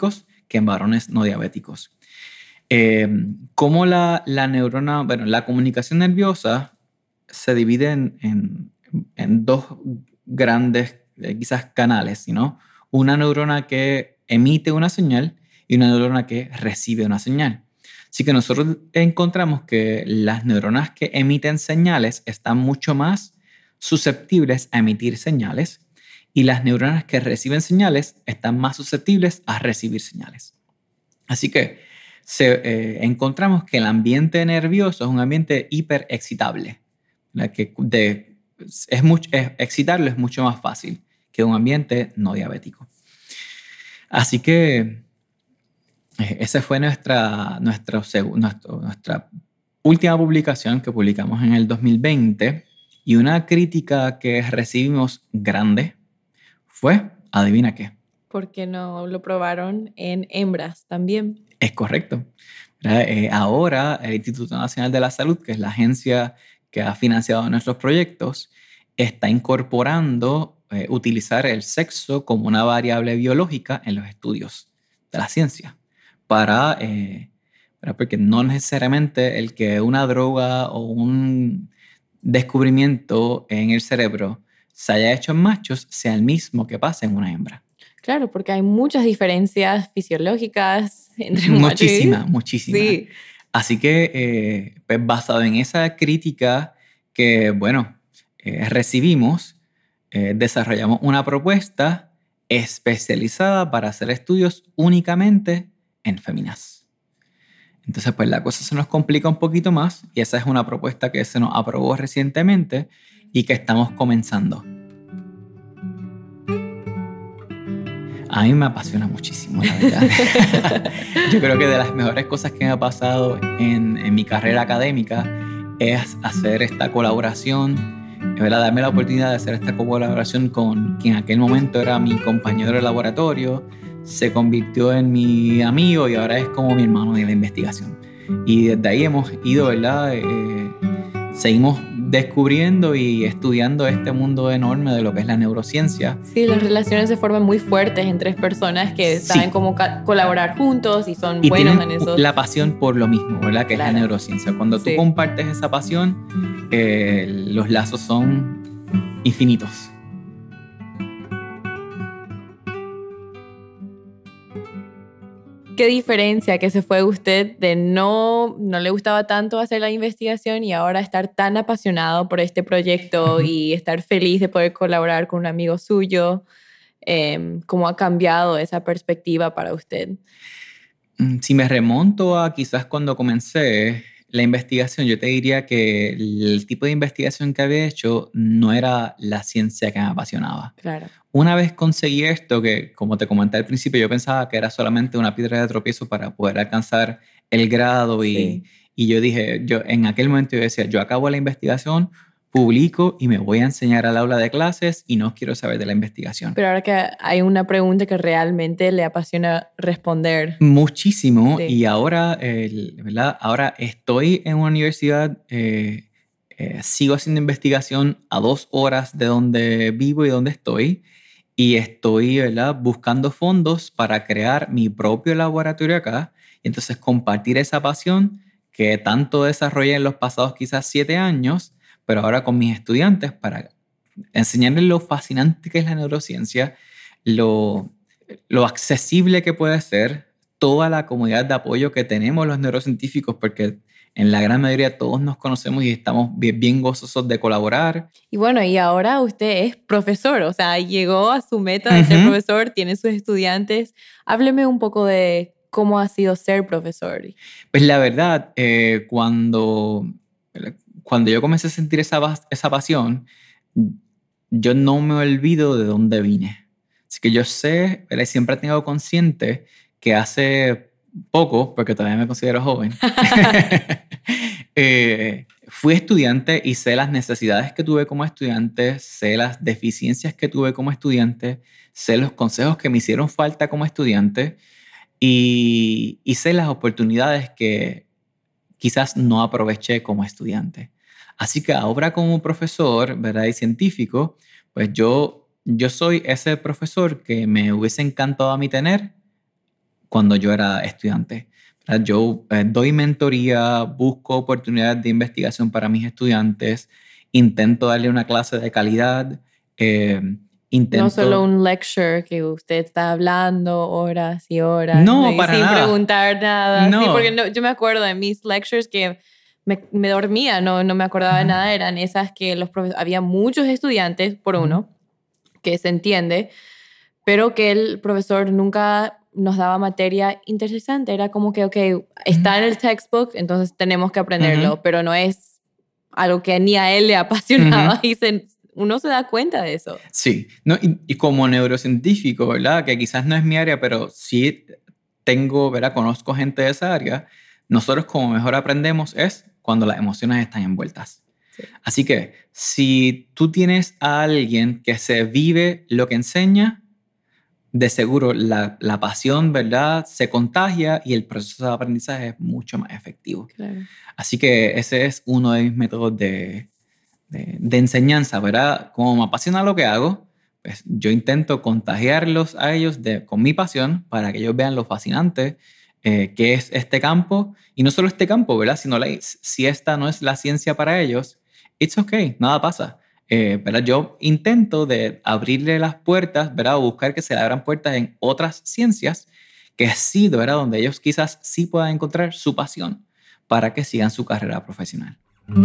que en varones no diabéticos. Cómo la neurona, bueno, la comunicación nerviosa se divide en dos grandes, quizás canales, ¿no? Una neurona que emite una señal y una neurona que recibe una señal. Así que nosotros encontramos que las neuronas que emiten señales están mucho más susceptibles a emitir señales y las neuronas que reciben señales están más susceptibles a recibir señales. Así que encontramos que el ambiente nervioso es un ambiente hiperexcitable. Excitarlo es mucho más fácil que un ambiente no diabético. Así que esa fue nuestra última publicación que publicamos en el 2020 y una crítica que recibimos grande fue, adivina qué. Porque no lo probaron en hembras también. Es correcto. Ahora el Instituto Nacional de la Salud, que es la agencia que ha financiado nuestros proyectos, está incorporando utilizar el sexo como una variable biológica en los estudios de la ciencia porque no necesariamente el que una droga o un descubrimiento en el cerebro se haya hecho en machos sea el mismo que pasa en una hembra. Claro, porque hay muchas diferencias fisiológicas entre un macho y... Muchísimas. Sí. Así que, pues basado en esa crítica que, recibimos, desarrollamos una propuesta especializada para hacer estudios únicamente en féminas. Entonces, pues la cosa se nos complica un poquito más y esa es una propuesta que se nos aprobó recientemente y que estamos comenzando. A mí me apasiona muchísimo, la verdad. Yo creo que de las mejores cosas que me ha pasado en mi carrera académica es hacer esta colaboración, darme la oportunidad de hacer esta colaboración con quien en aquel momento era mi compañero de laboratorio, se convirtió en mi amigo y ahora es como mi hermano de la investigación. Y desde ahí hemos ido, seguimos descubriendo y estudiando este mundo enorme de lo que es la neurociencia. Sí, las relaciones se forman muy fuertes entre personas que saben cómo colaborar juntos y son buenos en eso. La pasión por lo mismo, ¿verdad? Que es la neurociencia. Cuando tú compartes esa pasión, los lazos son infinitos. ¿Qué diferencia que se fue usted de no le gustaba tanto hacer la investigación y ahora estar tan apasionado por este proyecto y estar feliz de poder colaborar con un amigo suyo? ¿Cómo ha cambiado esa perspectiva para usted? Si me remonto a quizás cuando comencé la investigación, yo te diría que el tipo de investigación que había hecho no era la ciencia que me apasionaba. Claro. Una vez conseguí esto, que como te comenté al principio, yo pensaba que era solamente una piedra de tropiezo para poder alcanzar el grado y yo dije, en aquel momento yo decía, yo acabo la investigación, publico y me voy a enseñar al aula de clases y no quiero saber de la investigación. Pero ahora que hay una pregunta que realmente le apasiona responder. Muchísimo. Y ahora, ¿verdad? Ahora estoy en una universidad, sigo haciendo investigación a 2 horas de donde vivo y donde estoy. Y estoy, ¿verdad?, buscando fondos para crear mi propio laboratorio acá. Y entonces compartir esa pasión que tanto desarrollé en los pasados quizás 7 años, pero ahora con mis estudiantes para enseñarles lo fascinante que es la neurociencia, lo accesible que puede ser, toda la comunidad de apoyo que tenemos los neurocientíficos, porque en la gran mayoría todos nos conocemos y estamos bien gozosos de colaborar. Y bueno, y ahora usted es profesor, o sea, llegó a su meta de ser profesor, tiene sus estudiantes. Hábleme un poco de cómo ha sido ser profesor. Pues la verdad, cuando yo comencé a sentir esa pasión, yo no me olvido de dónde vine. Así que yo sé, siempre he tenido consciente que hace poco, porque todavía me considero joven, fui estudiante y sé las necesidades que tuve como estudiante, sé las deficiencias que tuve como estudiante, sé los consejos que me hicieron falta como estudiante y sé las oportunidades que quizás no aproveché como estudiante. Así que ahora como profesor, ¿verdad?, y científico, pues yo soy ese profesor que me hubiese encantado a mí tener cuando yo era estudiante. ¿Verdad? Yo doy mentoría, busco oportunidades de investigación para mis estudiantes, intento darle una clase de calidad, No solo un lecture que usted está hablando horas y horas No, y para sin nada. preguntar nada. No. Sí, porque yo me acuerdo de mis lectures que me dormía, no me acordaba de nada. Eran esas que había muchos estudiantes por uno, que se entiende, pero que el profesor nunca nos daba materia interesante. Era como que, ok, está en el textbook, entonces tenemos que aprenderlo, pero no es algo que ni a él le apasionaba y uno se da cuenta de eso. Sí, no, y como neurocientífico, ¿verdad? Que quizás no es mi área, pero sí tengo, ¿verdad? Conozco gente de esa área. Nosotros como mejor aprendemos es cuando las emociones están envueltas. Sí. Así que si tú tienes a alguien que se vive lo que enseña, de seguro la pasión, ¿verdad? Se contagia y el proceso de aprendizaje es mucho más efectivo. Claro. Así que ese es uno de mis métodos de enseñanza, ¿verdad? Como me apasiona lo que hago, pues yo intento contagiarlos a ellos con mi pasión para que ellos vean lo fascinante que es este campo. Y no solo este campo, ¿verdad? Sino si esta no es la ciencia para ellos, it's okay, nada pasa. ¿Verdad? Yo intento de abrirle las puertas, ¿verdad? O buscar que se le abran puertas en otras ciencias que sí, ¿verdad? Donde ellos quizás sí puedan encontrar su pasión para que sigan su carrera profesional.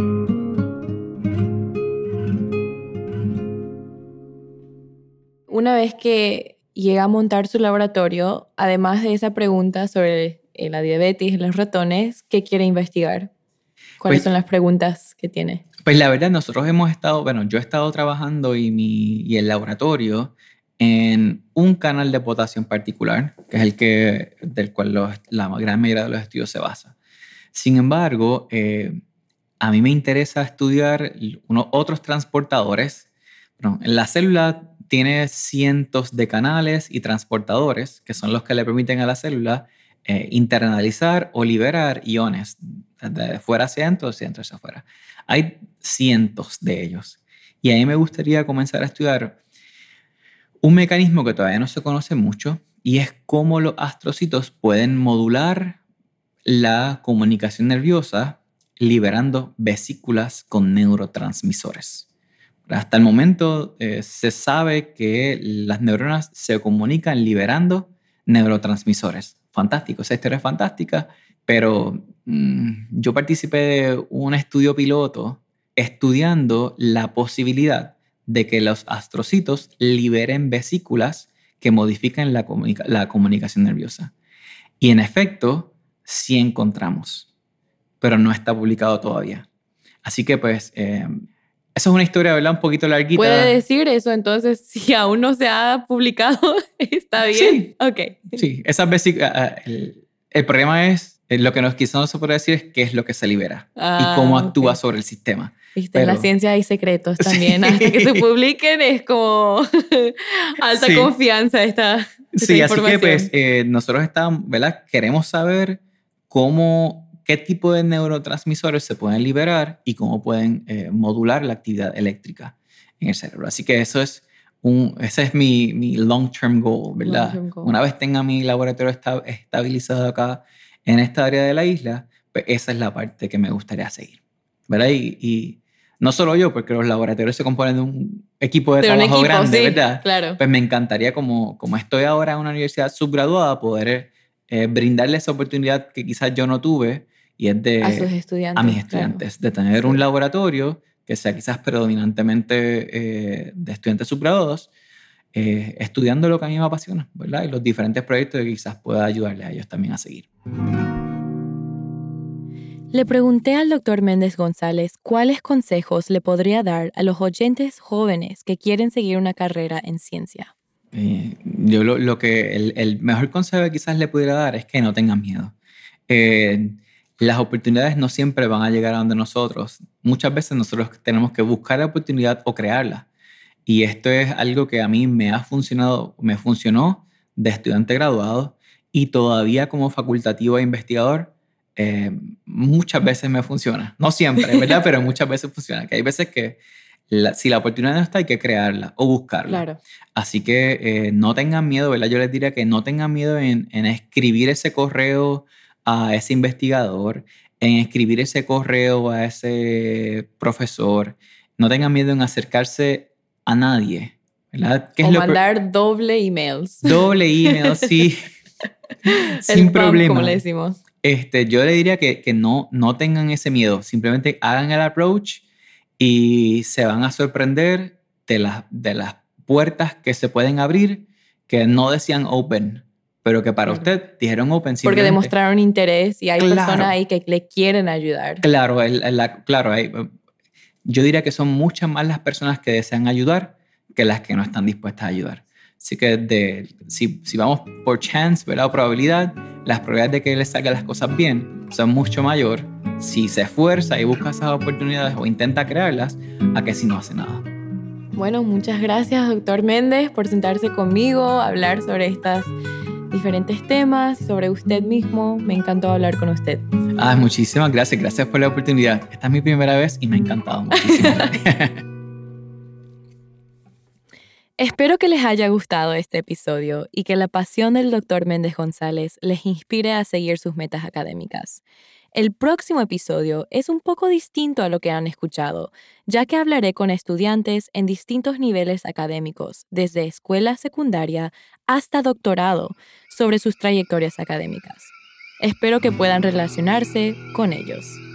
Una vez que llega a montar su laboratorio, además de esa pregunta sobre la diabetes en los ratones, ¿qué quiere investigar? ¿Cuáles son las preguntas que tiene? Pues la verdad, nosotros yo he estado trabajando y el laboratorio en un canal de potasio en particular, que es del cual la gran mayoría de los estudios se basa. Sin embargo, a mí me interesa estudiar otros transportadores. Bueno, la célula tiene cientos de canales y transportadores que son los que le permiten a la célula internalizar o liberar iones de fuera hacia adentro, de adentro hacia afuera. Hay cientos de ellos. Y a mí me gustaría comenzar a estudiar un mecanismo que todavía no se conoce mucho y es cómo los astrocitos pueden modular la comunicación nerviosa liberando vesículas con neurotransmisores. Hasta el momento se sabe que las neuronas se comunican liberando neurotransmisores. Fantástico, esa historia es fantástica, pero yo participé de un estudio piloto estudiando la posibilidad de que los astrocitos liberen vesículas que modifican la comunicación nerviosa. Y en efecto, sí encontramos, pero no está publicado todavía. Así que pues... Eso es una historia, ¿verdad? Un poquito larguita. ¿Puede decir eso? Entonces, si aún no se ha publicado, ¿está bien? Sí. Ok. Sí, esas vesículas... El problema es, lo que quizás no se puede decir es qué es lo que se libera y cómo actúa sobre el sistema. En la ciencia hay secretos también. Sí. Hasta que se publiquen es como alta confianza esta información. Así que pues nosotros ¿verdad? Queremos saber qué tipo de neurotransmisores se pueden liberar y cómo pueden modular la actividad eléctrica en el cerebro. Así que ese es mi long-term goal, ¿verdad? Una vez tenga mi laboratorio estabilizado acá en esta área de la isla, pues esa es la parte que me gustaría seguir, ¿verdad? Y no solo yo, porque los laboratorios se componen de un equipo de trabajo grande, sí, ¿verdad? Claro. Pues me encantaría, como estoy ahora en una universidad subgraduada, poder brindarle esa oportunidad que quizás yo no tuve, y es a mis estudiantes, de tener un laboratorio que sea quizás predominantemente de estudiantes subgraduados, estudiando lo que a mí me apasiona, ¿verdad? Y los diferentes proyectos que quizás pueda ayudarles a ellos también a seguir. Le pregunté al Dr. Méndez González cuáles consejos le podría dar a los oyentes jóvenes que quieren seguir una carrera en ciencia. Yo el mejor consejo que quizás le pudiera dar es que no tengan miedo. Las oportunidades no siempre van a llegar a donde nosotros. Muchas veces nosotros tenemos que buscar la oportunidad o crearla. Y esto es algo que a mí me funcionó de estudiante graduado y todavía como facultativo e investigador muchas veces me funciona. No siempre, ¿verdad? Pero muchas veces funciona. Que hay veces que Si la oportunidad no está, hay que crearla o buscarla. Claro. Así que no tengan miedo, ¿verdad? Yo les diría que no tengan miedo en escribir ese correo a ese investigador, en escribir ese correo a ese profesor. No tengan miedo en acercarse a nadie, ¿verdad? ¿Qué O es lo mandar doble emails. Doble email, sí. El Sin spam, problema. como le decimos. Yo le diría que no tengan ese miedo. Simplemente hagan el approach y se van a sorprender de las puertas que se pueden abrir que no decían open, pero que para Claro. usted dijeron open Porque simplemente. demostraron interés y hay Claro. personas ahí que le quieren ayudar. Claro, yo diría que son muchas más las personas que desean ayudar que las que no están dispuestas a ayudar. Así que si vamos por chance, ¿verdad? O probabilidad, las probabilidades de que le salgan las cosas bien son mucho mayor si se esfuerza y busca esas oportunidades o intenta crearlas a que si no hace nada. Bueno, muchas gracias, doctor Méndez, por sentarse conmigo, hablar sobre estos diferentes temas y sobre usted mismo. Me encantó hablar con usted. Muchísimas gracias. Gracias por la oportunidad. Esta es mi primera vez y me ha encantado muchísimo. Espero que les haya gustado este episodio y que la pasión del Dr. Méndez González les inspire a seguir sus metas académicas. El próximo episodio es un poco distinto a lo que han escuchado, ya que hablaré con estudiantes en distintos niveles académicos, desde escuela secundaria hasta doctorado, sobre sus trayectorias académicas. Espero que puedan relacionarse con ellos.